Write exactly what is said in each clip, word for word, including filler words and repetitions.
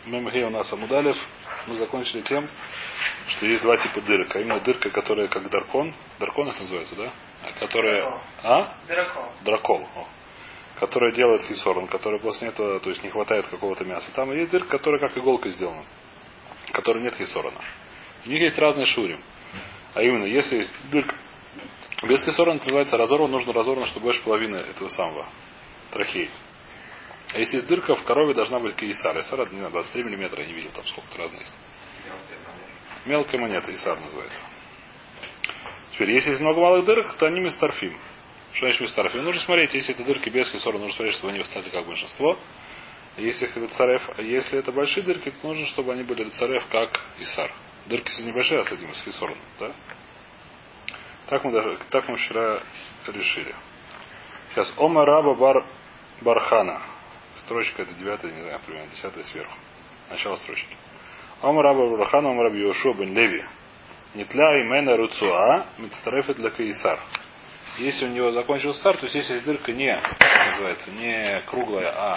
Мемгей у нас Амудалев. Мы закончили тем, что есть два типа дырок. А именно дырка, которая как даркон. Даркон их называется, да? Которая... Дракол. А? Дракол. Дракол. О. Которая делает хисорон, которая после этого, то есть не хватает какого-то мяса. Там есть дырка, которая как иголка сделана. Которой нет хисорона. У них есть разные шурим. А именно, если есть дырка без хисорона, это называется разорван, нужно разорван, чтобы больше половины этого самого трахеи. А если есть дырка, в корове должна быть каисар. Исар, не знаю, двадцать три миллиметра, я не видел, там сколько-то разные есть. Мелкая монета, исар называется. Теперь, если есть много малых дырок, то они мистарфим. Что значит мистарфим? Нужно смотреть, если это дырки без хисора, нужно смотреть, чтобы они стали как большинство. Если это царев, если это большие дырки, то нужно, чтобы они были царев как исар. Дырки с небольшие, а с этим с хисором, да? Так мы, даже, так мы вчера решили. Сейчас Ома Раба Бар Бархана. Строчка это девятая, не знаю, примерно десятая сверху. Начало строчки. Ома Раба Бархана, Ома Раби Йошуа бен Леви. Нитля имена Руцуа, Митстарефет для Каисар. Если у него закончился сар, то есть если дырка не, называется, не круглая, а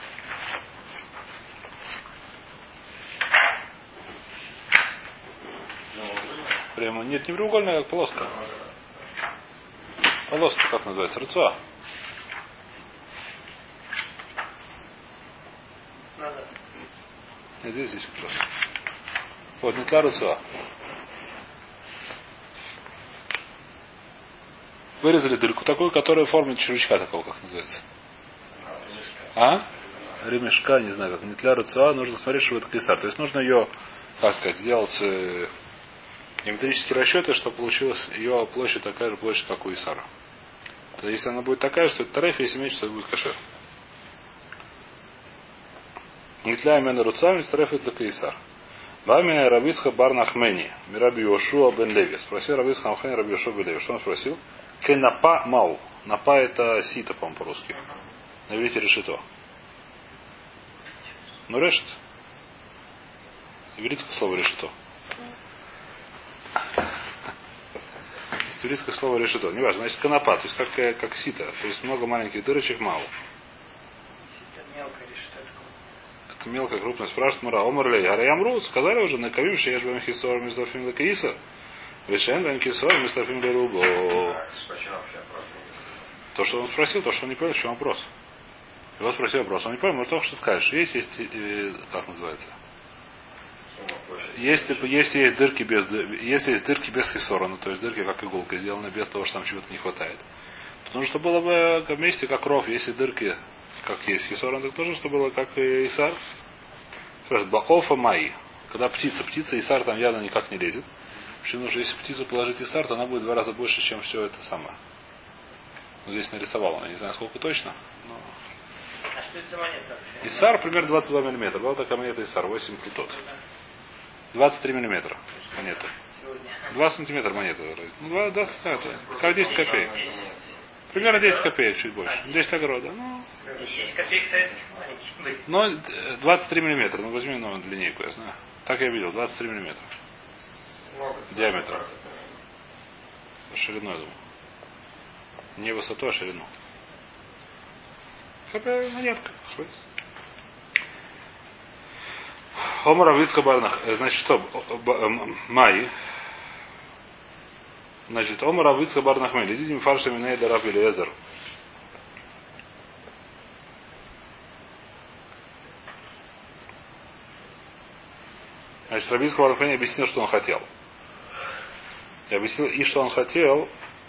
прямо, нет, не треугольная, а полоска. Полоска, как называется? Руцуа. Нет, здесь здесь вопрос. Вот, Нитля Руцуа. Вырезали дырку такую, которая в форме червячка такого, как называется. А? Ремешка, не знаю, как нетля руцуа, нужно смотреть, что это каисар. То есть нужно ее, как сказать, сделать э, геометрические расчеты, чтобы получилась ее площадь такая же площадь, как у исара. То есть, если она будет такая, что это тареф, если меньше, то это будет кашер. Нетля имена руцуа, мистареф это каисар. Бамина Равицха бар Нахмени, Мираби Йошуа бен Леви. Спросил Равицха Нахмени Раби Йошуа бен Леви. Что он спросил? Кенапа мау. Напа это сито, по-моему, по-русски. На иврите решето. Ну, решет. Ивритское слово решето. Есть ивритское слово решето. Не важно, значит канапа, то есть как, как сито. То есть много маленьких дырочек мау. Это мелкая, крупная. Спрашивает Мура. Омрлей. Араямру. Сказали уже, на кавим шеешь бэм хисор миздафим лекаиса. Вешен бэм хисор миздафим лерубо. То, что он спросил, то, что он не понял, в чем вопрос. Его спросил вопрос. Он не понял, может только что скажешь. Есть, есть, э, как называется? Если, если есть дырки без, если есть дырки без хисора, ну, то есть дырки как иголка сделаны, без того, что там чего-то не хватает, то нужно, чтобы было бы вместе как ров. Если дырки, как есть хисора, то тоже, чтобы было как и исар. Баофа май. Когда птица, птица, исар там явно никак не лезет. Почему? Потому что если птицу положить исар, то она будет в два раза больше, чем все это самое. Вот здесь нарисовал, я не знаю сколько точно. Но... А что это за монета? Исар примерно двадцать два миллиметра. Была такая монета Исар, восемь плутот. двадцать три миллиметра монета. два сантиметра монета. Ну, два, да, это, как десять копеек. Примерно десять копеек, чуть больше. десять огорода. Ну, десять копеек советских маленьких были. ну, двадцать три миллиметра. Ну, возьми ну, линейку, я знаю. Так я видел, двадцать три миллиметра. Диаметра. Шириной, я думаю. Не высоту, а ширину. Какая монетка. Омар Авицка Барнах. Значит, что? Май. Значит, Омар Авицка Барнахмель. Идите фарша миней дараб Елиэзер. Значит, Рабицка Барнахмель объяснил, что он хотел. Я объяснил, и что он хотел.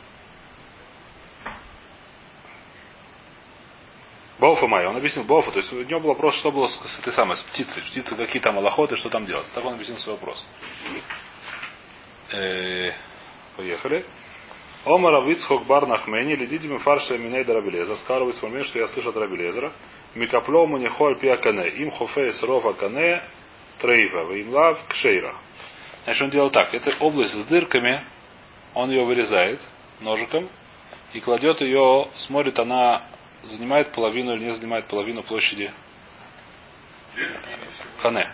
Боуфа Майя, он объяснил Боуфа, то есть у него был вопрос, что было с, с этой самой, с птицей. Птицы какие там аллахоты, что там делать. Так он объяснил свой вопрос. Э-э- поехали. Омар Авицхок бар Нахмени, лидидим фарша миней дарабелеза. Сказал вспомнил, что я слышал от Рабелезера. Микаплому не холь пиакане. Им хофей срова кане трейва. Им лав кшейра. Значит, он делал так. Это область с дырками. Он ее вырезает ножиком и кладет ее, смотрит, она занимает половину или не занимает половину площади кане.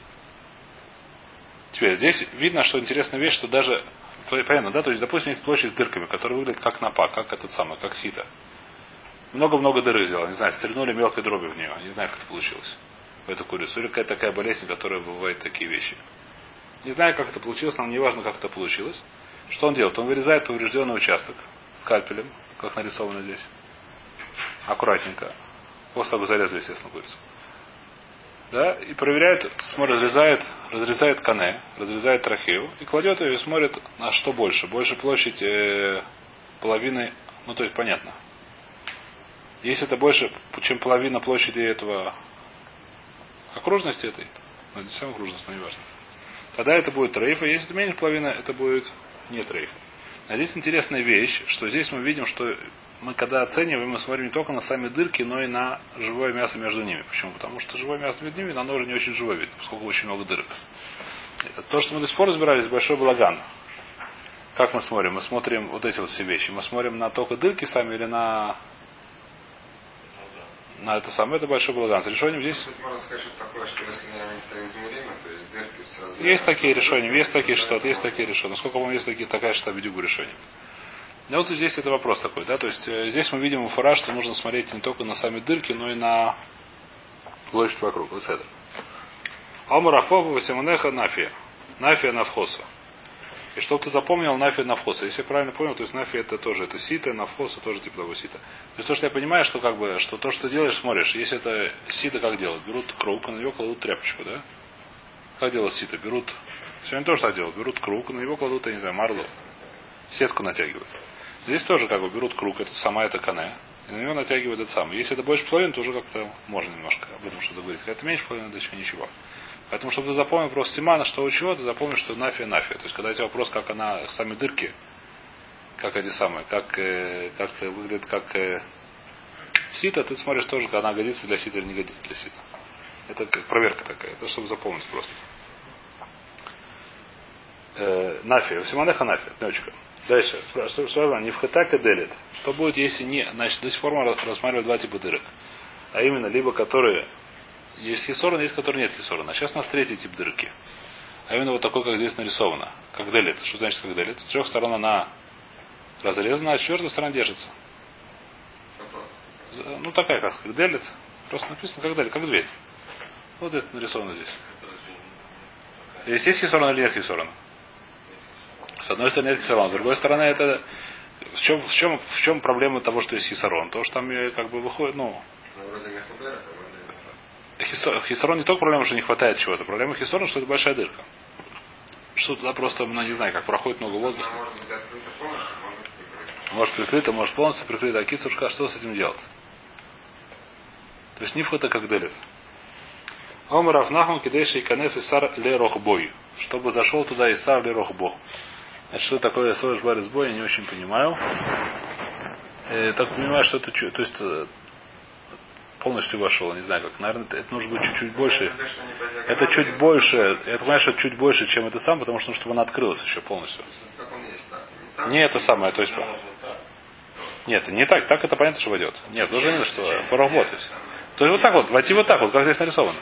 Теперь здесь видно, что интересная вещь, что даже понятно, да, то есть, допустим, есть площадь с дырками, которая выглядит как напа, как этот самый, как сито. Много-много дыры сделал, не знаю, стрельнули мелкой дробью в нее, не знаю, как это получилось. в эту курицу. Или какая-то такая болезнь, которая бывает такие вещи. Не знаю, как это получилось, нам не важно, как это получилось. Что он делает? Он вырезает поврежденный участок скальпелем, как нарисовано здесь. Аккуратненько. После того, как зарезали, естественно, курицу. Да, и проверяет, смотрит, разрезает, разрезает кане, разрезает трахею и кладет ее и смотрит, на что больше. Больше площадь э, половины, ну то есть понятно. Если это больше, чем половина площади этого окружности этой, ну не самая окружность, но не важно, тогда это будет трейфа. Если это меньше половины, это будет не трейфа. А здесь интересная вещь, что здесь мы видим, что мы когда оцениваем, мы смотрим не только на сами дырки, но и на живое мясо между ними. Почему? Потому что живое мясо между ними, оно уже не очень живое вид, поскольку очень много дырок. То, что мы до сих пор разбирались, большой балаган. Как мы смотрим? Мы смотрим вот эти вот все вещи. Мы смотрим на только дырки сами или на на это самое, это большой балаган. С решением здесь... Можно сказать, что такое, что если они соизмеримы, то есть дырки с размером... Есть такие решения, есть такие что-то, есть такие решения. Насколько вам есть такие, такая что бедюгу решения. Но вот здесь это вопрос такой, да, то есть э, здесь мы видим у фара, что нужно смотреть не только на сами дырки, но и на площадь вокруг. Вот это. Алмарахфова Васиманеха Нафия. Нафия Навхоса. И чтобы ты запомнил, Нафия Навхоса. Если я правильно понял, то есть Нафия это тоже, это сита, Навхоса тоже типа того сита. То есть то, что я понимаю, что как бы, что то, что ты делаешь, смотришь, если это сита, как делают? Берут круг, и на него кладут тряпочку, да? Как делают сита? Берут, сегодня тоже так делают, берут круг, и на него кладут, я не знаю, марло. Сетку натягивают. Здесь тоже как бы берут круг, это сама эта кане, и на него натягивают это самое. Если это больше половины, то уже как-то можно немножко об этом что-то говорить. Когда это меньше половины, то еще ничего. Поэтому, чтобы ты запомнил вопрос Симана, что у чего, ты запомнишь, что нафия нафия. То есть, когда у тебя вопрос, как она, сами дырки, как эти самые, как, э, как выглядит как э, сита, ты смотришь тоже, как она годится для сита или не годится для сита. Это как проверка такая. Это чтобы запомнить просто. Э, нафия. Симанеха нафия. Дневочка. Дальше. Спрашиваю, не в хатака делит. Что будет, если не... Значит, до сих пор мы рассматривали два типа дырок. А именно, либо которые... Есть хисорон, есть которые нет хисорона. А сейчас у нас третий тип дырки. А именно вот такой, как здесь нарисовано. Как делит. Что значит как делит? С трех сторон она разрезана, а с четвертой стороны держится. Ну такая как, как делит. Просто написано как делит, как дверь. Вот это нарисовано здесь. Здесь есть хисорон или нет хисорона? С одной стороны нет хисарон, с другой стороны это в чем, в чем, в чем проблема того, что есть хисарон? То, что там как бы выходит, ну. Хисарон не только проблема, что не хватает чего-то. Проблема хисарон, что это большая дырка. Что туда просто, ну не знаю, как проходит много воздуха. Может быть открыто полностью, может быть прикрыто. Может прикрыто, может полностью прикрыто. А кицушка, что с этим делать? То есть ниф это как делит. Омарав нахун кидейший канес исар ле рохбой. Чтобы зашел туда исар ле рохбо. Значит, что такое слой жбар из боя, я не очень понимаю. Э, так понимаю, что это то есть полностью вошел, не знаю как. Наверное, это нужно быть чуть-чуть больше. Это чуть больше. Я понимаю, что это чуть больше, чем это сам, потому что ну, чтобы она открылась еще полностью. Не это самое, то есть. Нет, не так. Так это понятно, что войдет. Нет, тоже не что поработать. То есть вот так вот, войти вот так вот, как здесь нарисовано.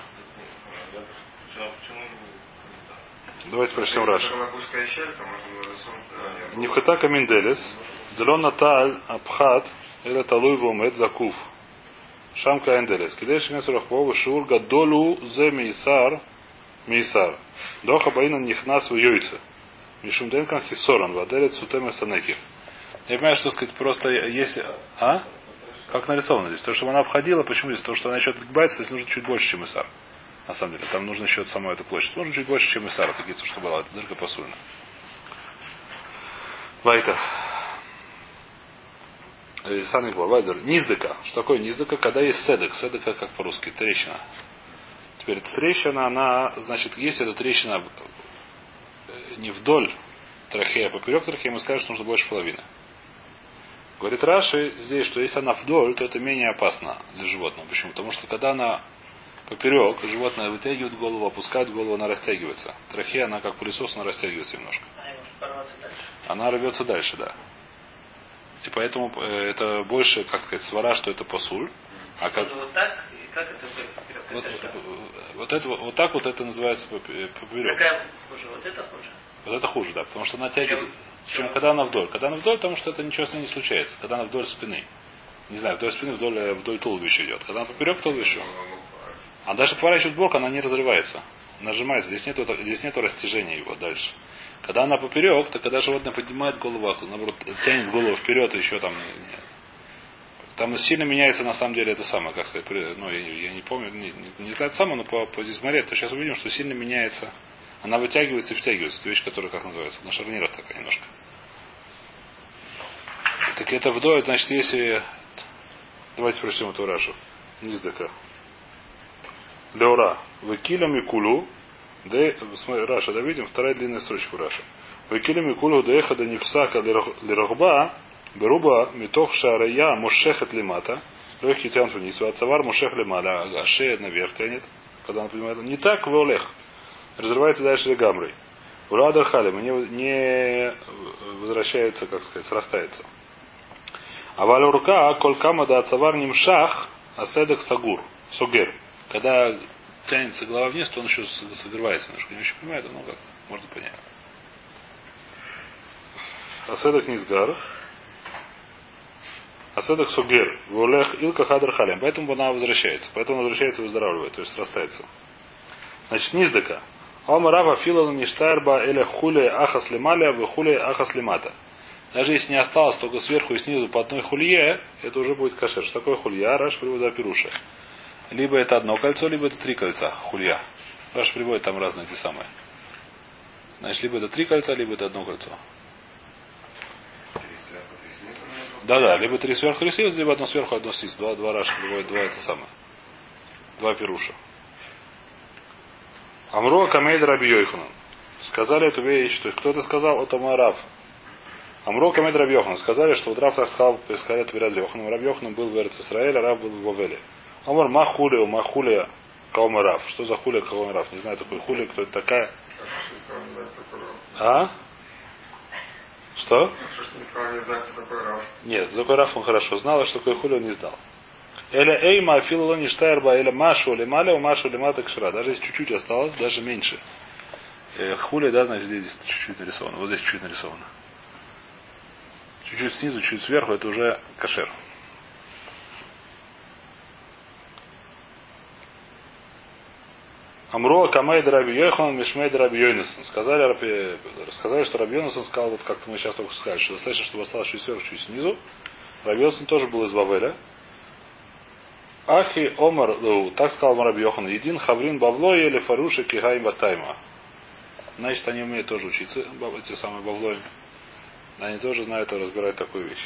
Давайте прочтем Раши. Нифхата минделес, дрона тааль абхат, это талуй вумет закув. Шамка энделес. Кидеш несурахпова шур гадолу зе мейсар мейсар. Доха баина нихнас в юйце. Мишумденкан хиссоран ваделет сутеме санеки. Я понимаю, что сказать, просто если... А? Как нарисовано здесь? То, чтобы она обходила, почему здесь? То, что она еще отгибается, здесь нужно чуть больше, чем Исар. На самом деле, там нужно еще саму эту площадь. Нужно чуть больше, чем Исар. Это гицу, что была. Это дырка посульна. Вайтер. Сан Игбо. Вайдер. Низдыка. Что такое низдыка? Когда есть седек. Седека, как по-русски, трещина. Теперь эта трещина, она, значит, если эта трещина не вдоль трахея, а поперек трахея, мы скажем, что нужно больше половины. Говорит Раши здесь, что если она вдоль, то это менее опасно для животного. Почему? Потому что когда она поперек, животное вытягивает голову, опускает голову, она растягивается. Трахея, она как пылесос, она растягивается немножко. Она может порваться дальше. Она рвется дальше, да. И поэтому это больше, как сказать, свара, что это посуль. А как... Вот так, и как это поперек? Вот, это вот, это, вот так вот это называется поперек. Какая хуже? Вот это хуже? Вот это хуже, да, потому что она тягивает, чем, чем когда она вдоль. Когда она вдоль, потому что это ничего с ней не случается. Когда она вдоль спины. Не знаю, вдоль спины, вдоль, вдоль туловища идет. Когда она поперек туловища. А даже поворачивает бок, она не разрывается. Нажимается. Здесь нету, здесь нету растяжения его дальше. Когда она поперек, то когда животное поднимает голову, наоборот, тянет голову вперед, еще там. Там сильно меняется на самом деле это самое, как сказать, ну, я, я не помню, не, не, не знаю это самое, но по, по здесь смотреть, то сейчас увидим, что сильно меняется. Она вытягивается и втягивается. Это вещь, которая, как называется, на шарнирах такая немножко. Так это вдоет, значит, если... Давайте прочтем эту Рашу. Низдека. Леора. Векиля микулу. Да, смотри, Раша, да, видим, вторая длинная строчка Раша. Векиля микулу дееха да нефсака лирахба беруба митох шарая мушехет лимата. Легкий тянут вниз. Ацавар мушех лималя. А шея наверх тянет. Когда она поднимает. Не так, волех. Разрывается дальше легамрой. Урадар халим. Не, не возвращается, как сказать, срастается. А валюрка колькама да ацавар нимшах аседек сагур. Сугер. Когда тянется голова вниз, то он еще согревается немножко. Не очень понимает, но как можно понять. Аседек низгар. Аседек сугер. Волех илка хадр халим. Поэтому она возвращается. Поэтому она возвращается и выздоравливает. То есть срастается. Значит, низдека. Омарава филал ништарба эля хуле ахас лималя в хуле ахас лимата. Даже если не осталось только сверху и снизу по одной хулье, это уже будет кашер. Что такое хулья? Раш приводит пируша. Либо это одно кольцо, либо это три кольца. Хулья. Раш приводит там разные те самые. Значит, либо это три кольца, либо это одно кольцо. Да-да, либо три сверху, три снизу, либо одно сверху, одно снизу. Два, два Раш приводит, два это самое. Два пируша. Амро камейд раби Йоханан. Сказали эту вещь, то есть кто-то сказал, это мой Рав. Амро камейд раби Йоханан. Сказали, что вот Рав так сказал, сказали это раби Йоханан. Раби Йоханан был в Эрец Исраэле, Рав был в Вавеле. Амар махулия, махулия, каума Рав. Что за хулия, каума Рав? Не знаю такой хулия, кто это такая. А? Что? Нет, такой Рав он хорошо знал, а что такое хулия он не знал. Эля эйма филла не штайрба, эля машу лималя, машу лимата кшра. Даже если чуть-чуть осталось, даже меньше. Э, хули, да, значит, здесь, здесь чуть-чуть нарисовано. Вот здесь чуть-чуть нарисовано. Чуть-чуть снизу, чуть сверху, это уже кашер. Амро камейд раби Йохан, мишмейд раби Йонасон. Сказали, рассказали, что раби Йонасон сказал, вот как-то мы сейчас только сказали, что достаточно, чтобы осталось чуть сверху, чуть снизу. Раби Йонасон тоже был из Вавеля. Ахи Омар, так сказал Раби Йохан, един хаврин бавлой или фаруши кигай батайма. Значит, они умеют тоже учиться, эти самые бавлои. Они тоже знают и разбирают такую вещь.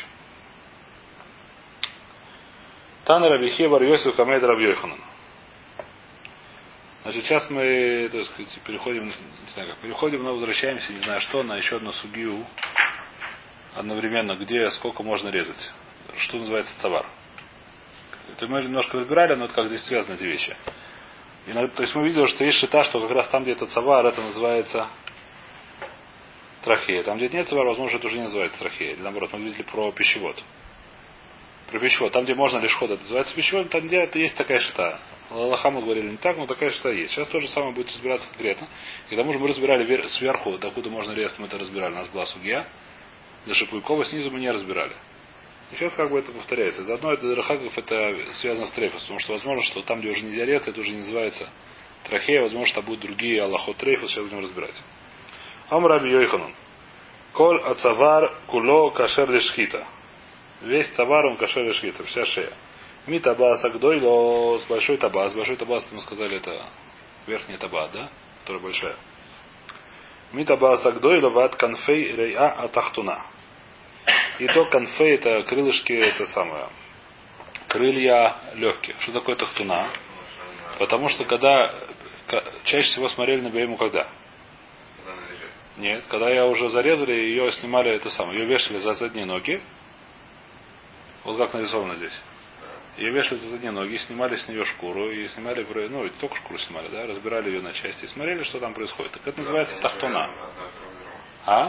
Тана Раби Хевар Йосиф Камейд Раби Йоханан. Значит, сейчас мы, так сказать, переходим, не знаю как, переходим, но возвращаемся, не знаю что, на еще одну сугию одновременно, где сколько можно резать. Что называется цавар. Это мы немножко разбирали, но это как здесь связаны эти вещи. И, то есть мы видели, что есть шита, что как раз там, где это цавар, это называется трахея. Там, где нет цавара, возможно, это уже не называется трахея. Или наоборот, мы видели про пищевод. Про пищевод. Там, где можно лишь ход, это называется пищевод, там, где это есть такая шита. Лалаха мы говорили не так, но такая шита есть. Сейчас то же самое будет разбираться конкретно. И к тому же мы разбирали сверху, докуда можно резать, мы это разбирали. У нас была сугья. До Шипуйкова снизу мы не разбирали. И сейчас как бы это повторяется. Заодно это Рахагов это связано с трейфос, потому что возможно, что там, где уже нельзя резать, это уже не называется трахея, возможно, что будут другие Аллахот трейфос, сейчас будем разбирать. Ам Раби Йоханан. Коль ацавар куло кашер лешхита. Весь тавар он кашер лешхита, вся шея. Ми табас агдойло с большой табас. Большой табас, мы сказали, это верхняя таба, да? Которая большая. Ми табас агдойло ват канфей рейа атахтуна. И то конфей это крылышки, это самое. Крылья легкие. Что такое тахтуна? Потому что когда чаще всего смотрели на бейму когда? Нет, когда я уже зарезали, ее снимали это самое. Ее вешали за задние ноги. Вот как нарисовано здесь. Ее вешали за задние ноги, снимали с нее шкуру и снимали, ну, и только шкуру снимали, да, разбирали ее на части и смотрели, что там происходит. Так это называется тахтуна. А?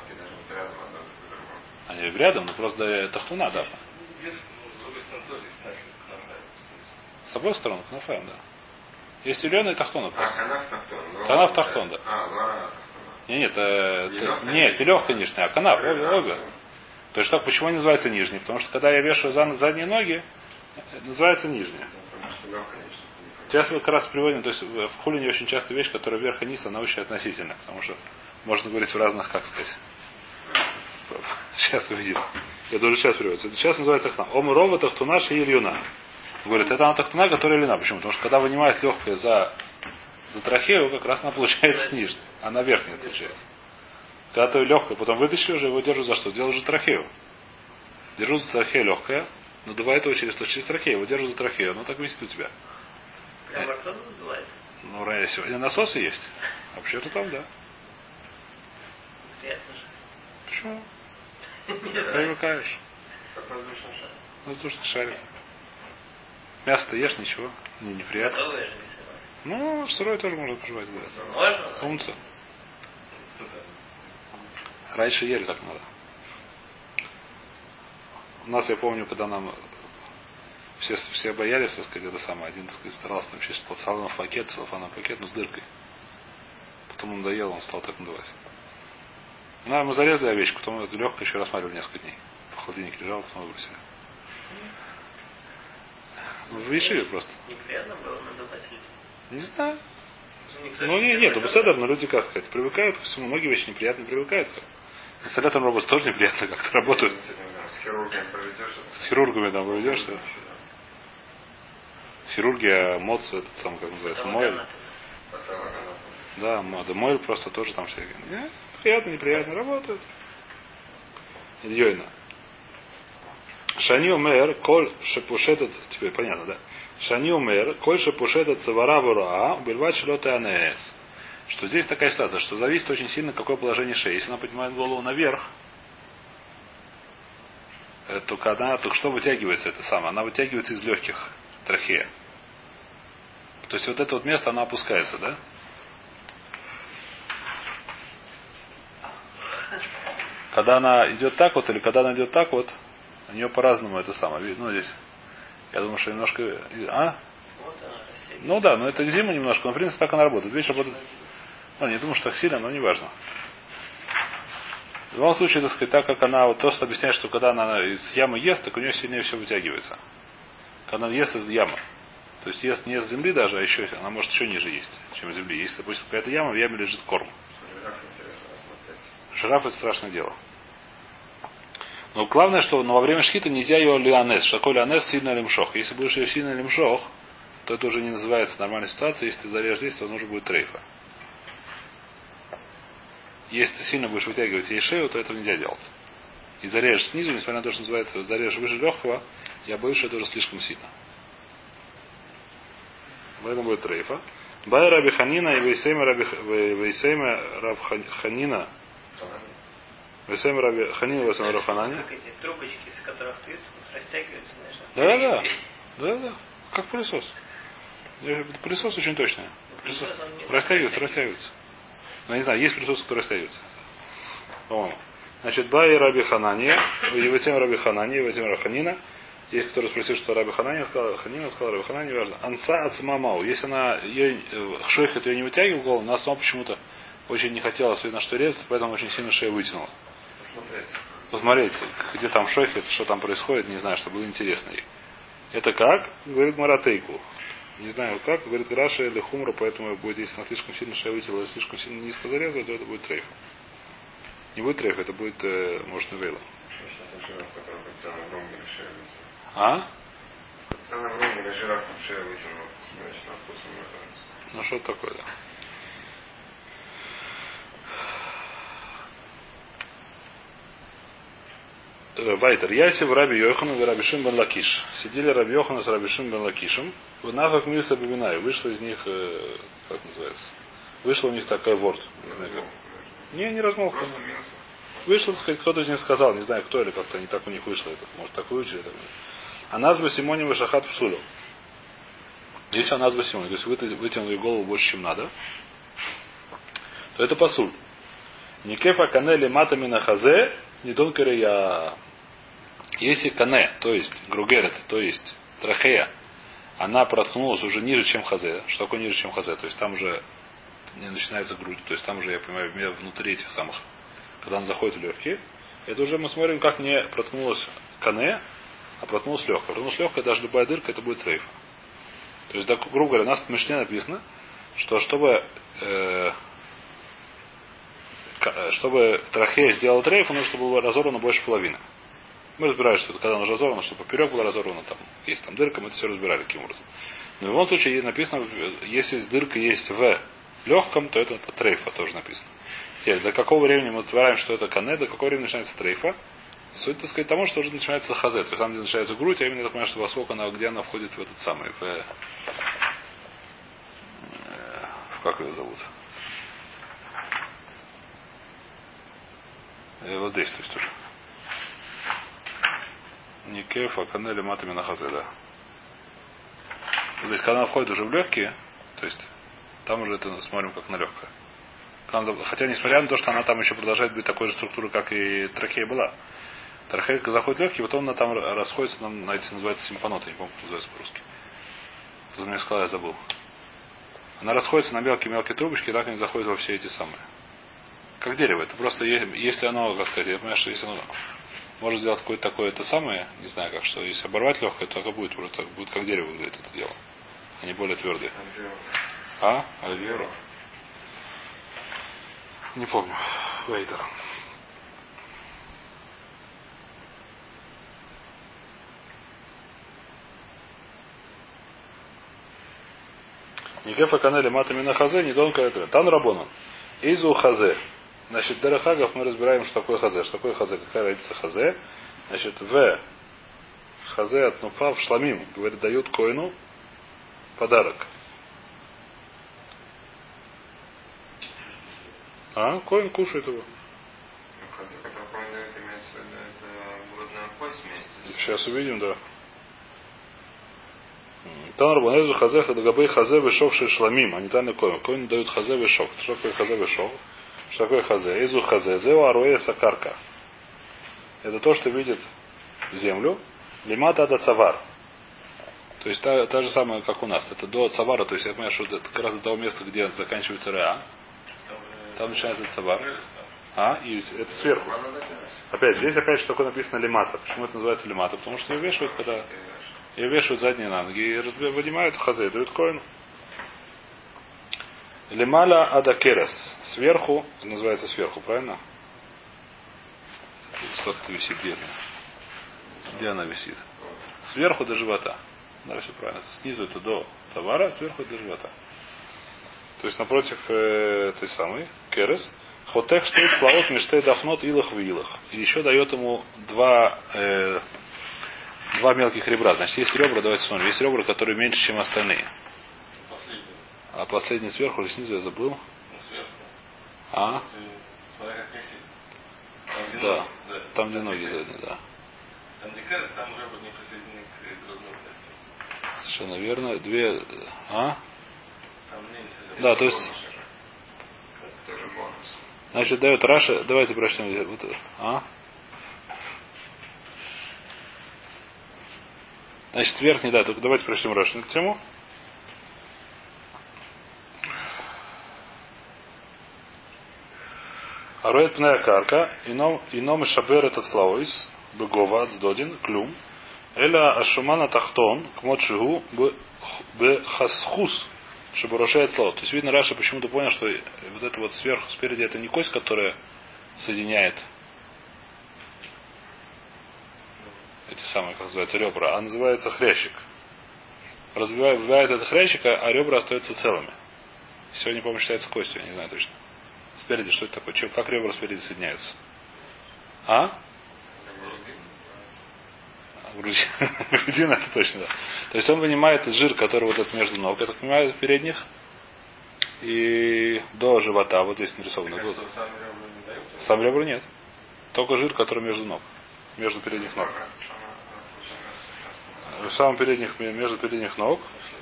Они рядом, но просто тахтуна, да. С обоих сторон, кнафаем, да. Есть зеленый тахтон. А, канав тахтон. Канав тахтон, да. А, лара. Нет, нет, это, нет, телег, конечно, а канав, обе, обе. То есть так, почему они называются нижние? Потому что когда я вешаю за задние ноги, называется нижняя. Сейчас мы как раз приводим, то есть в хулине очень часто вещь, которая вверх и низ, она очень относительная, потому что можно говорить в разных, как сказать. Сейчас увидим. Я тоже сейчас приводится. Это сейчас называется тахна. Ом рова тахтуна ши ильюна. Говорит, это она тахтуна, которая ильюна. Почему? Потому что когда вынимает легкое за, за трахею, как раз она получается нижняя. Она верхняя получается. Когда ты легкое, потом вытащил уже, его держу за что? Сделал же трахею. Держу за трахею легкое, надувает его через, через трахею, его держу за трахею. Оно так висит у тебя. Прям во рту надувает? Ну, Рая, сегодня насосы есть. А вообще-то там, да. Приятно же. Почему? Привыкаешь. Как воздушный шар. Воздушный шарик. Мясо-то ешь, ничего. Не неприятно. Готовые же не сырое. Ну, сырой тоже можно пожевать. Да. Можно? Хумца. Раньше ели так надо. У нас, я помню, когда нам все, все боялись, так сказать, это самое. Один, так сказать, старался там через целлофановый пакет, целлофановый пакет, но с дыркой. Потом он надоел, он стал так надувать. Ну, мы зарезали овечку, потом это легкое еще рассматривали несколько дней. В холодильнике лежал, потом выбросили. В Ешиве просто. Неприятно было надувать людей? Не знаю. Ну, никто Ну, не не, нет, делает. беседа, но люди, как сказать, привыкают ко всему. Многие вещи неприятно привыкают. Как. Инсталлятором работать тоже неприятно как-то работают. С хирургами проведешь. С хирургами там проведешься. Хирургия, МОЦ, это там, как называется, Мойль. Да, да, Мойль просто тоже там всякие. Не, приятно, неприятно работают. Йойна. Шани умер, коль шепушетат, теперь понятно, да? Шани умер, коль шепушетат цавара вура, убивать шлоты анес. Что здесь такая ситуация, что зависит очень сильно, какое положение шеи. Если она поднимает голову наверх, то когда, то что вытягивается это самое? Она вытягивается из легких, трахея. То есть вот это вот место, оно опускается, да? Когда она идет так вот, или когда она идет так вот, у нее по-разному это самое. Ну, здесь, я думаю, что немножко... А? Вот она, Россия. Ну да, но это зима немножко, но в принципе так она работает. Видишь, работает... Ну, не думаю, что так сильно, но не важно. В любом случае, так сказать, так как она, вот то, что объясняет, что когда она из ямы ест, так у нее сильнее все вытягивается. Когда она ест из ямы. То есть ест не с земли даже, а еще, она может еще ниже есть, чем с земли. Если, допустим, какая-то яма, в яме лежит корм. Жираф это страшное дело. Но главное, что но во время шхита нельзя ее лианес. Что такое лианес? Сильно лимшох. Если будешь ее сильно лимшох, то это уже не называется нормальной ситуацией. Если ты зарежешь здесь, то нужно будет трейфа. Если ты сильно будешь вытягивать ей шею, то этого нельзя делать. И зарежешь снизу, несмотря на то, что называется зарежешь выше легкого, я боюсь, что это уже слишком сильно. Поэтому будет трейфа. Бай Раби Ханина и Вейсейма Раби Вейсейма Раб Ханина. Вейсейма Раби Ханина Вейсейма Раб Ханани. Как эти трубочки, из которых пьют, растягиваются, знаешь. Да, да, да. Да, да. Как пылесос. Пылесос очень точный. Пылесос. Растягивается, растягивается. Ну, не знаю, есть пылесос, который растягивается. По-моему. Значит, Бай Раби Ханани, Вейсейма Раби Ханани, Вейсейма Раб Ханина. Есть, кто спросил, что Раби Ханани сказал, Ханина сказал, Раби Ханани важно. Анса ацмамау. Если она ее шойхет ее не вытягивал голову, она сама почему-то очень не хотела на что резать, поэтому очень сильно шею вытянула. Посмотреть. Посмотреть, где там шойхет, что там происходит, не знаю, чтобы было интересно ей. Это как? Говорит Маратейку. Не знаю как, говорит Раша или Хумра, поэтому будет, если она слишком сильно шею вытянула, если слишком сильно низко зарезала, то это будет трейф. Не будет трейф, это будет, э, может, навейла. А? Там огромный жираф шею вытянул. Значит, на вкус не нравится. Ну что такое, да? Вайтер. Ясев Раби Йохана и Раби Шим бен Лакиш. Сидели Раби Йохана с Раби Шим бен Лакишем. В Нафах Мирса Бабинай. Вышла из них, э, как называется? Вышла у них такая ворд. Не знаю как. Не, не размолвка. Вышло, так сказать, кто-то из них сказал, не знаю кто или как-то не так у них вышло это. Может так выучили. Так. А назва Симоним и Шахат Псулю. Если она назва Симоним, то есть вытянул ее голову больше, чем надо, то это пасуль. Никефа канели матами на хазе, не донкере я. Если кане, то есть гругерет, то есть трахея, она проткнулась уже ниже, чем хазе. Что такое ниже, чем хазе? То есть там уже не начинается грудь. То есть там уже, я понимаю, внутри этих самых, когда она заходит в легкие, это уже мы смотрим, как не проткнулась кане, а проткнулась легкая. Проткнулась легкая, даже любая дырка, это будет трейф. То То есть, да, грубо говоря, у нас в Мишне написано, что чтобы э, чтобы трахея сделал трейф, нужно, чтобы было разорвано больше половины. Мы разбирали, что это когда оно разорвано, чтобы поперек было разорвано, там есть там дырка, мы это все разбирали каким образом. Но в любом случае написано, если дырка есть в легком, то это трейфа тоже написано. Теперь, до какого времени мы утверждаем, что это кане, до какого времени начинается трейфа? Суть, так сказать, тому, что уже начинается хазе. То есть там, где начинается грудь, а именно я так понимаю, что во сколько она, где она входит в этот самый, в, в как ее зовут? И вот здесь, то есть уже. Не кеф, а канели матами на хазе, да. Вот здесь, когда она входит уже в легкие, то есть там уже это смотрим как на легкое. Хотя, несмотря на то, что она там еще продолжает быть такой же структурой, как и трахея была. Трахея заходит легкий, потом она там расходится, нам, знаете, называется симпанота, не помню, как называется по-русски. Кто-то мне сказал, я забыл. Она расходится на мелкие-мелкие трубочки, и так они заходят во все эти самые. Как дерево. Это просто, если оно, как сказать, я понимаю, что если оно может сделать какое-то такое, это самое, не знаю как, что если оборвать легкое, то это будет, просто будет как дерево выглядит это дело. Они более твердые. А? Альвера? Не помню. Вейтер. Никефа канели матами на хазе, не донка это. Тан рабонан. Изу хазе. Значит, Дарахагов мы разбираем, что такое хазе. Что такое хазе? Какая разница хазе? Значит, в хазе от нуфа в шламим, говорит, дают коину подарок. А? Коин кушает его. Хазе, который коин дает, имеется в виду, это грудная кость вместе. Сейчас увидим, да. Танрабанезу хазеха дагабей хазе вышовший шламим, а не тайный коин. Коин дают хазе вышов. Что такое хазе вышов? Что такое хазе? Изу хазе. Зеу аруэ сакарка. Это то, что видит землю. Лимата ада цавар. То есть та, та же самая, как у нас. Это до цавара. То есть я понимаю, что это как раз до того места, где заканчивается реа. Там начинается цавар. А? И это сверху. Опять, здесь опять что такое написано лимата. Почему это называется лимата? Потому что ее вешают, когда ее вешают задние на ноги и разб... вынимают хазе, дают коину. Лималя адакерес. Сверху, называется сверху, правильно? Сколько это висит, где это? Где она висит? Сверху до живота. Да, все правильно. Снизу это до цавара, сверху это до живота. То есть напротив э, этой самой керес. Хотех стоит славот мештей дафнот илах в илах. И еще дает ему два, э, два мелких ребра. Значит, есть ребра, давайте смотрим. Есть ребра, которые меньше, чем остальные. Последний. А последний сверху или снизу я забыл? Ну, сверху. А? Смотри, как висит. Там, где Да. ноги, да. Там, где ноги задние, да. Там, где кажется, там ребра не присоединены к грудной кости. Совершенно верно. Две. А? Там меньше. Да, то есть. Тоже бонус. Значит, дает Раша. Давайте прочтем. Вот, а? Значит, верхний, да, только давайте прочтем Раша на тему. Аруэт пная карка, ином, ином шабер этот славоис, бегова, цдодин, клюм, эля ашумана тахтон, кмот шигу, б хасхус, чтобы рушает слово. То есть, видно, Раша почему-то понял, что вот это вот сверху, спереди, это не кость, которая соединяет эти самые, как называется, ребра, а называется хрящик. Разбивает этот хрящик, а ребра остаются целыми. Сегодня, по-моему, считается костью, я не знаю точно. Спереди, что это такое? Че, как ребра спереди соединяются? А? Грудина, это точно, да. То есть он вынимает жир, который вот этот между ног, я так понимаю, передних, и до живота, вот здесь нарисовано. Так, Вот. что, сам ребра не дают? Сам ребра нет. Только жир, который между ног. Между передних ног. В самом передних, между передних ног.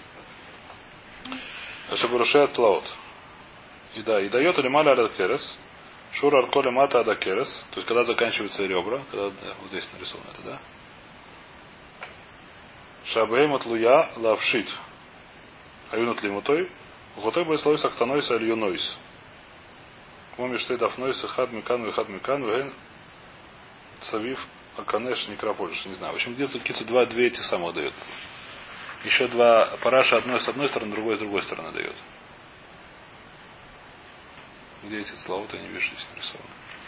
Чтобы рушает тлаот. И да, и дает лималя адакерес. Шур арколи мата адакерес. То есть когда заканчиваются ребра, когда да, вот здесь нарисовано это, да? Шабейм от луя лавшит. Аюнут лимутой. Готой бы слой сактанойс альюнойс. Кмоми штей дафнойс хад микан вихад микан вген цавив аканеш некрополиш. Не знаю. В общем, где-то какие-то два, две эти самых дает. еще два параша, одной с одной стороны, другой с другой стороны дает. Где эти слова-то я не вижу здесь нарисованы.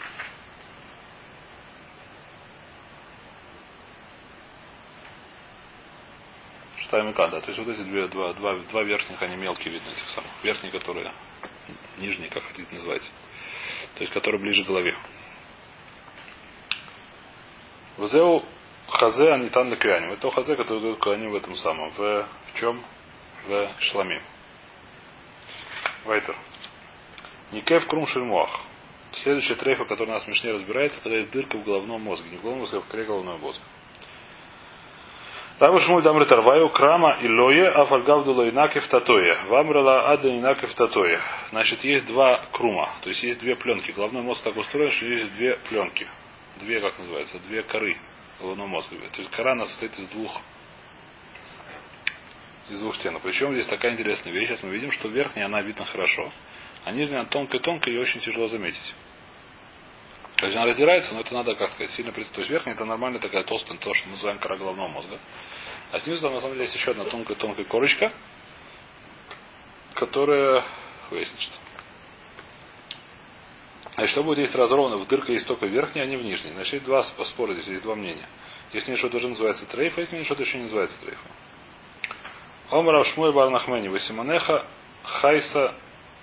Штайм и Кан, да. То есть вот эти две, два, два, два верхних, они мелкие видны, этих самых. Верхние, которые нижние, как хотите назвать. То есть, которые ближе к голове. Взеу хазе анитан лекряним. Это то хазе, который дает кляним в этом самом. В, в чем? В шламим. Вайтер. Никев крум шельмуах. Следующая трейфа, которая у нас в Мишне разбирается, когда есть дырка в головном мозге. Не в головном мозге, а в коре головного мозга. Раба Шмуль Дамры Тарваю, Крама и Лое, Афальгавдула Инакев Татое. Вамрала Ада Инакев Татое. Значит, есть два крума, то есть есть две пленки. Головной мозг так устроен, что есть две пленки. Две, как называется, две коры головного мозга. То есть кора она состоит из двух из двух стенок. Причем здесь такая интересная вещь. Сейчас мы видим, что верхняя она видна хорошо, а нижняя она тонкая-тонкая и очень тяжело заметить. То есть она раздирается, но это надо, как сказать, сильно представить. То есть верхняя это нормальная такая толстая, то, что мы называем кора головного мозга. А снизу там на самом деле есть еще одна тонкая-тонкая корочка, которая выяснит, что. Значит, что будет, если разровно в дырка есть только верхняя, а не в нижней. Значит, есть два спора здесь, есть два мнения. Есть мнение, что это уже называется трейфа, есть мнение, что это еще не называется трейфа. Омар Шмуэль бар Нахмени Васиманеха Хайса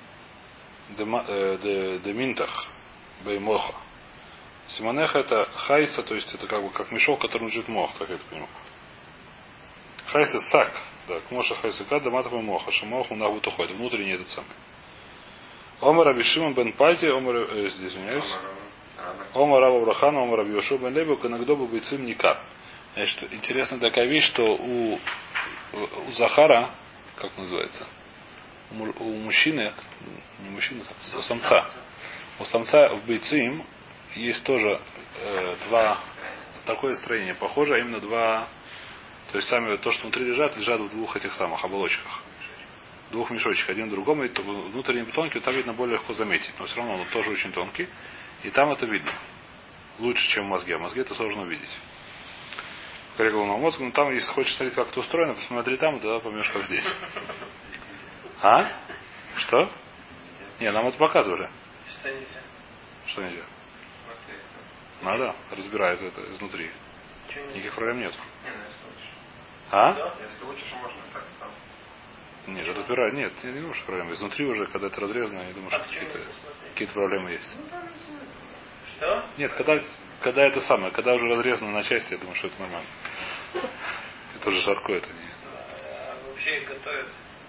Деминтах Беймоха. Симонеха это хайса, то есть это как бы как мешок, в котором лежит мох, как я это понимаю. Хайса сак, да, к моша хайса када матовый моха, шамох у наху уходит, внутренний этот самый. Омар Абишиман бен Пальти, Омар, э, здесь извиняюсь. Омар Раба Брахана, Омар Абиошо бен Леби, Канагдоба Бойцим Никар. Значит, интересная такая вещь, что у, у Захара, как называется, у, у мужчины, не мужчины, как, у самца, у самца в Бойцим есть тоже э, два такое строение похоже, а именно два, то есть сами то, что внутри лежат, лежат в двух этих самых оболочках. Двух мешочек, один другому, и внутренний тонкий, там видно более легко заметить, но все равно он тоже очень тонкий, и там это видно. Лучше, чем в мозге, а в мозге это сложно увидеть. В коре головного мозга, но там, если хочешь смотреть, как это устроено, посмотри там, и тогда поймешь, как здесь. А? Что? Не, нам это показывали. Что нельзя? Что нельзя? Надо, разбирается это изнутри. Ничего Никаких проблем нет. Не, ну если лучше. А? Если лучше, что можно так стало. Нет, это разбирает. Нет, не, не нужно проблем. Изнутри уже, когда это разрезано, я думаю, А что почему какие-то, не посмотреть? какие-то проблемы есть. Что? Нет, когда, когда это самое, когда уже разрезано на части, я думаю, что это нормально. Это уже жарко, это не. А вообще их готовят.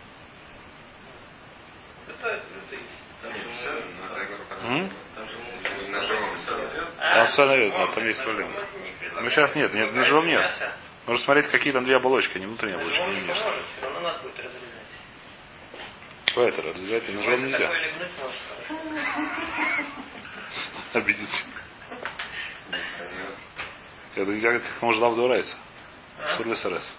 Готовят люди. Там же все, я говорю, М? там же на живом. Там все наведено, там есть проблемы. Ну сейчас нет, нет, на живом нет. Нужно смотреть, какие там две оболочки, а не внутренние оболочки, не внешние. Все равно надо будет разрезать. Это разрезать на живом нельзя. Такой легнуть может, хорошо. Обидеться. Это нельзя, как может лав дурайся. Сурлес СРС.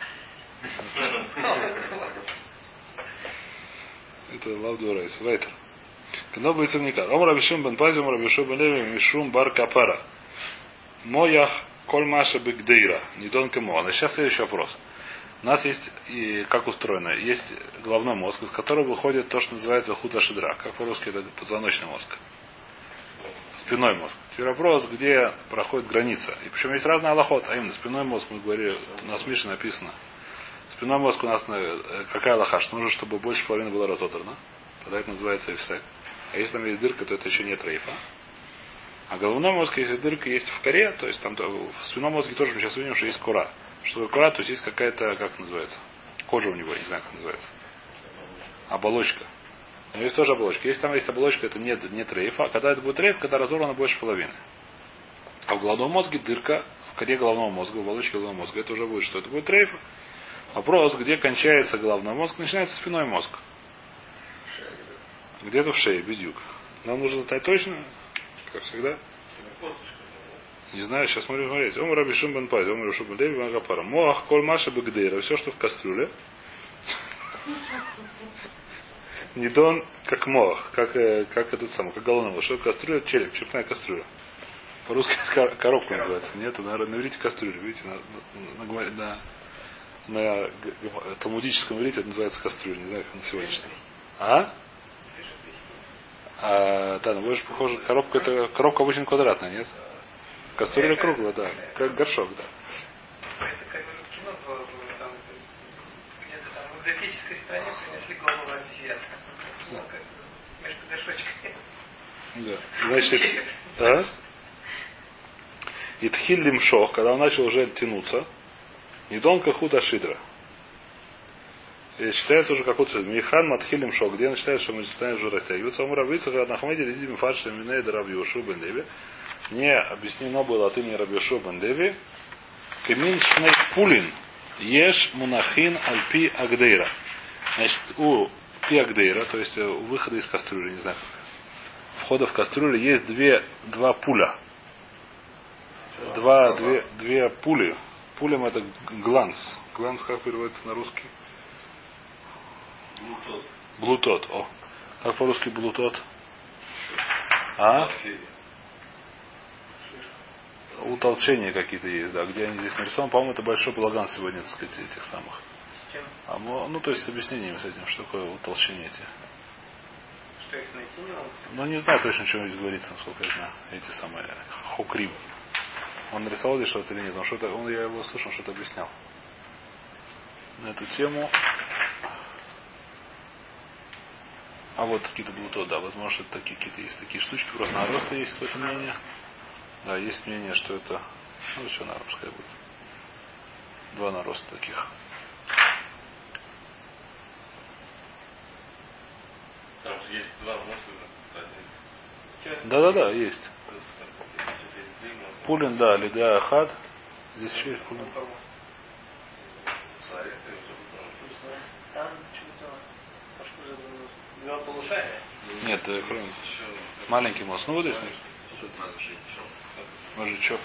Это лав дурайся. Вайтер. Кно бойцов никак. Омар Абишим бен Пази, Омар Абишо бен Леви, Мишум бар капара. Моях коль маша бигдейра. Нидон кемо. А сейчас следующий вопрос. У нас есть, и как устроено, есть головной мозг, из которого выходит то, что называется хута шидра. Как по-русски это позвоночный мозг. Спиной мозг. Теперь вопрос, где проходит граница. И причем есть разный аллахот, а именно спиной мозг, мы говорили, у нас в Мише написано. Спиной мозг у нас какая аллаха, что нужно, чтобы больше половины было разодрано. Тогда это называется эфсек. А если там есть дырка, то это еще нет рейфа. А головной мозг, если дырка есть в коре, то есть там в спинном мозге тоже мы сейчас увидим, что есть кора. Что такое кора, то есть есть какая-то, как называется, кожа у него, не знаю, как называется. Оболочка. Но есть тоже оболочка. Если там есть оболочка, это нет, нет рейфа. А когда это будет рейф, когда разорвано больше половины. А в головном мозге дырка, в коре головного мозга, в оболочке головного мозга, это уже будет что? Это будет рейф. Вопрос, где кончается головной мозг, начинается спиной мозг. Где-то в шее, бедюк. Нам нужно знать точно, как всегда. Не знаю, сейчас смотрим, смотреть. Омар Абишим бен Пай, Омар Абишим бен Леви, Магапара. Моах, коль маша багдейра. Все, что в кастрюле. Нидон, как моах, как, как этот самый, как головной мозг. Что в кастрюле? Череп, черепная кастрюля. По-русски коробка называется. Нет, наверное, наберите кастрюлю, видите, на, на, на, на на талмудическом иврите это называется кастрюля. Не знаю, как на сегодняшнем. А? А, да, ну больше похоже, коробка это коробка обычно квадратная, нет? Кастрюля круглая, да. Как горшок, да. Это как в кино было, там, где-то там в экзотической стране принесли голову обезьян. Ну, как между горшочками. Да. Значит, а? И тхиль лимшох, когда он начал уже тянуться, недонка худа шидра. И считается уже какой-то Михан Матхилим Шок, где он считает, что мы начинаем уже растягиваться. Он рабыца, когда Нахмеди Лизим Фарши Минейда Рабьюшу Бен Леви. Мне объяснено было от имени Рабьюшу Бен Леви. Кемин Шней Пулин. Еш Мунахин Альпи Агдейра. Значит, у Пи Агдейра, то есть у выхода из кастрюли, не знаю как. Входа в кастрюлю есть две, два пуля. Два, две, две пули. Пулем это гланс. Гланс как переводится на русский? Блутот. Блутот. О. Как по-русски блутот? А? Утолчения какие-то есть, да. Где они здесь нарисованы? По-моему, это большой балаган сегодня, так сказать, этих самых. А, ну, то есть с объяснением с этим, что такое утолщение эти. Что их найти не могут? Ну, не знаю точно, что здесь говорится, насколько я знаю. Эти самые хокрим. Он нарисовал здесь что-то или нет? Он что-то, он, я его слышал, что-то объяснял. На эту тему. А вот какие-то блутот, да, возможно, это такие какие-то есть такие штучки, просто на роста есть какое-то мнение. Да, есть мнение, что это, ну, все, наверное, пускай будет. Два нароста таких. Там же есть два мусора. Да-да-да, есть. Пулин, да, Лидия Ахад. Здесь еще есть Пулин. Там что-то пошли два полушария. Нет, кроме маленький мост. Ну вот здесь. Мозжечок.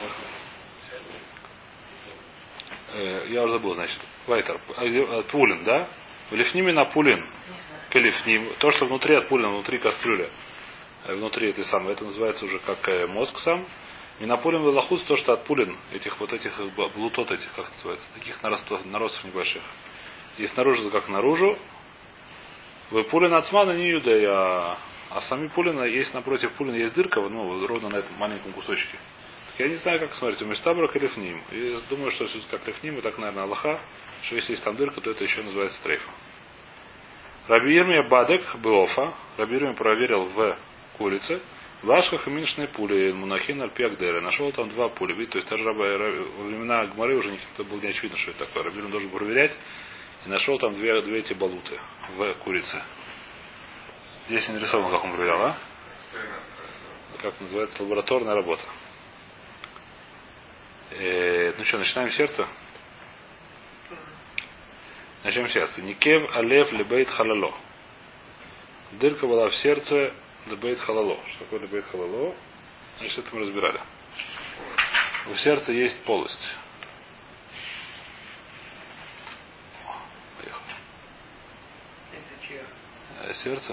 Э, я уже забыл, значит. Вайтер. Пулин, да? В лифниме на пулин. Калифним. То, что внутри от пулина, внутри кастрюли. Внутри этой самой. Это называется уже как мозг сам. И на пулин велахуц то, что от пулин, этих вот этих блутот этих, как это называется, таких наростов, наростов небольших. И снаружи как наружу. Вы пулин ацмана не юдей, а, а сами пулина есть напротив пулина есть дырка, ну, ровно на этом маленьком кусочке. Так я не знаю, как смотреть, у Мистабра калифним. И думаю, что все как лифним, и так, наверное, Аллаха, что если есть там дырка, то это еще называется трейфа. Раби Ирмия Бадек Беофа. Раби Ирмия проверил в курице. В Ашках и Миншной пули Мунахин Альпиагдеры. Нашел там два пули. Видите, то есть даже раба, во времена Гмары уже никто было не очевидно, что это такое. Раби Ирмия должен проверять. И нашел там две, две эти балуты в курице. Здесь не нарисовано, как он проверял, а? Как называется, лабораторная работа. Э, ну что, начинаем с сердца? Начнем с сердца. Никев алев лебейт халало. Дырка была в сердце лебейт халало. Что такое лебейт халало? Значит, это мы разбирали. В сердце есть полость. Сердце?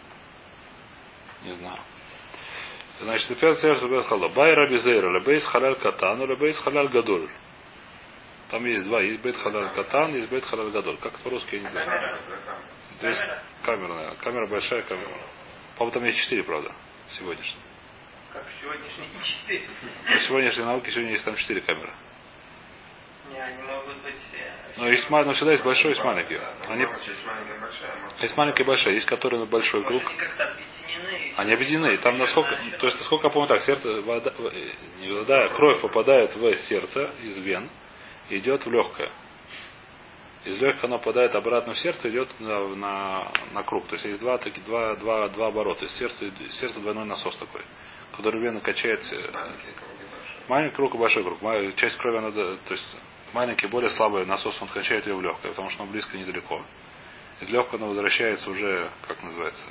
Не знаю. Значит, опять сердце бейс халал. Бай раби зейра, лебейс халаль катан, лебейс халаль гадоль. Там есть два. Есть бейт халаль катан, есть бейт халаль гадоль. Как это по-русски, я не знаю. Камера. Есть камера, наверное. Камера большая, камера. По-моему, там есть четыре, правда, сегодняшние. Как сегодняшние четыре. По сегодняшней науке сегодня есть там четыре камеры. Не, они могут быть... Но есть но всегда есть большой, есть маленький. Они... Есть маленькая и большая. Есть маленькая и большая. Есть которые на большой круг. Они как-то объединены. Они объединены. Там насколько, то есть насколько я помню так, сердце, вода, не вода, кровь попадает в сердце из вен и идет в легкое. Из легкого она попадает обратно в сердце, идет на, на, на круг. То есть есть два, таки, два, два, два оборота. Из сердца, из сердца двойной насос такой, который вена качает. Маленький круг и большой круг. Часть крови она, то есть маленький, более слабый насос, он качает ее в легкое, потому что он близко, недалеко. Из легкого она возвращается уже, как называется,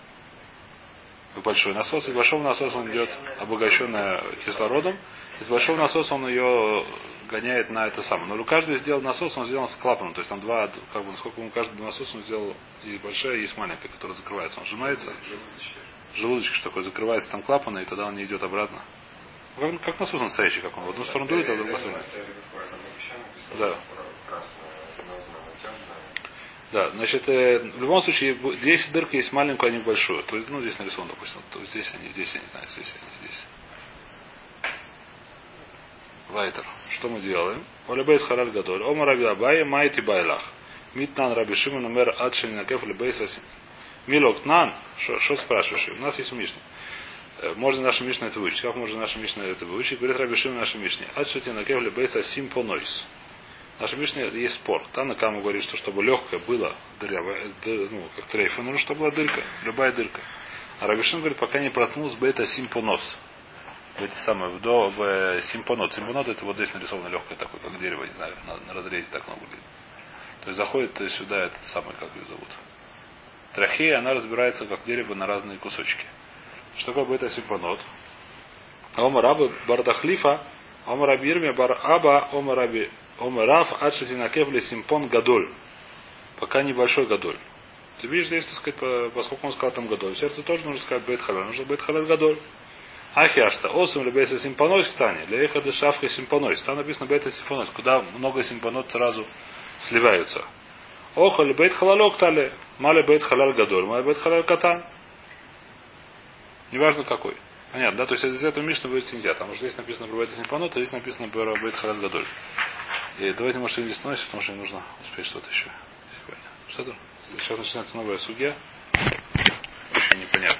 в большой насос. Из большого насоса он идет обогащенная кислородом. Из большого насоса он ее гоняет на это самое. Но у каждого сделал насос, он сделан с клапаном. То есть там два, как бы, насколько ему каждый насос он сделал, есть большая, есть маленькая, которая закрывается. Он сжимается. Желудочек что такое, закрывается там клапан, и тогда он не идет обратно. Как, как насос настоящий, как он. В одну сторону дует, а в другую сторону. Да. красное, вино знамя темное. Да, значит, э, в любом случае, здесь дырка есть маленькую, а не большую. То есть, ну, здесь нарисовано, допустим, то здесь они, здесь я не знаю, здесь они, здесь. Вайтер. Что мы делаем? Олебейс хараль гадоль. Ома раби абай, майти байлах. Митнан раби шимон умер адшин накеф лебейс асим. Милок нан. Что спрашиваешь? У нас есть Мишна. Можно наша Мишна это выучить. Как можно наша Мишна это выучить? Говорит раби шимон наша Мишне. Адшин накеф лебейс асим понойс. Наша Мишна есть спор. Там на Кама говорит, что чтобы легкое было, дырявое, ну, как трейфа, нужно, чтобы была дырка. Любая дырка. А раби шимон говорит, пока не проткнул с бейта асим понос. В эти самые, в, до, в симпонот. Симпонот это вот здесь нарисовано легкое такое, как дерево, не знаю, на, на разрезе так много выглядит. То есть заходит сюда этот самый, как ее зовут. Трахея, она разбирается как дерево на разные кусочки. Что такое бета симпонот? Ома рабы бардахлифа, ома раби ирми бар аба, ома раби, ома раф, адшатина кевли симпон гадоль. Пока небольшой гадоль. Ты видишь здесь, так сказать, поскольку он сказал там гадоль. В сердце тоже нужно сказать бет халаль. Нужно бет халаль гадоль. Ахиашта, осум лебейса симпонойс к Тане, лееха шавка симпонойс. Там написано бейта симпонойс, куда много симпонот сразу сливаются. Оха лебейт халалок тали, мале бейт халаль гадоль, мале бейт халаль катан. Неважно какой. Понятно, да? То есть из этого Мишна будет нельзя. Потому что здесь написано про бейта симпонот, а здесь написано про бейт халаль гадоль. И давайте, может, здесь становимся, потому что мне нужно успеть что-то еще сегодня. Что-то? Сейчас начинается новая судья. Очень непонятно.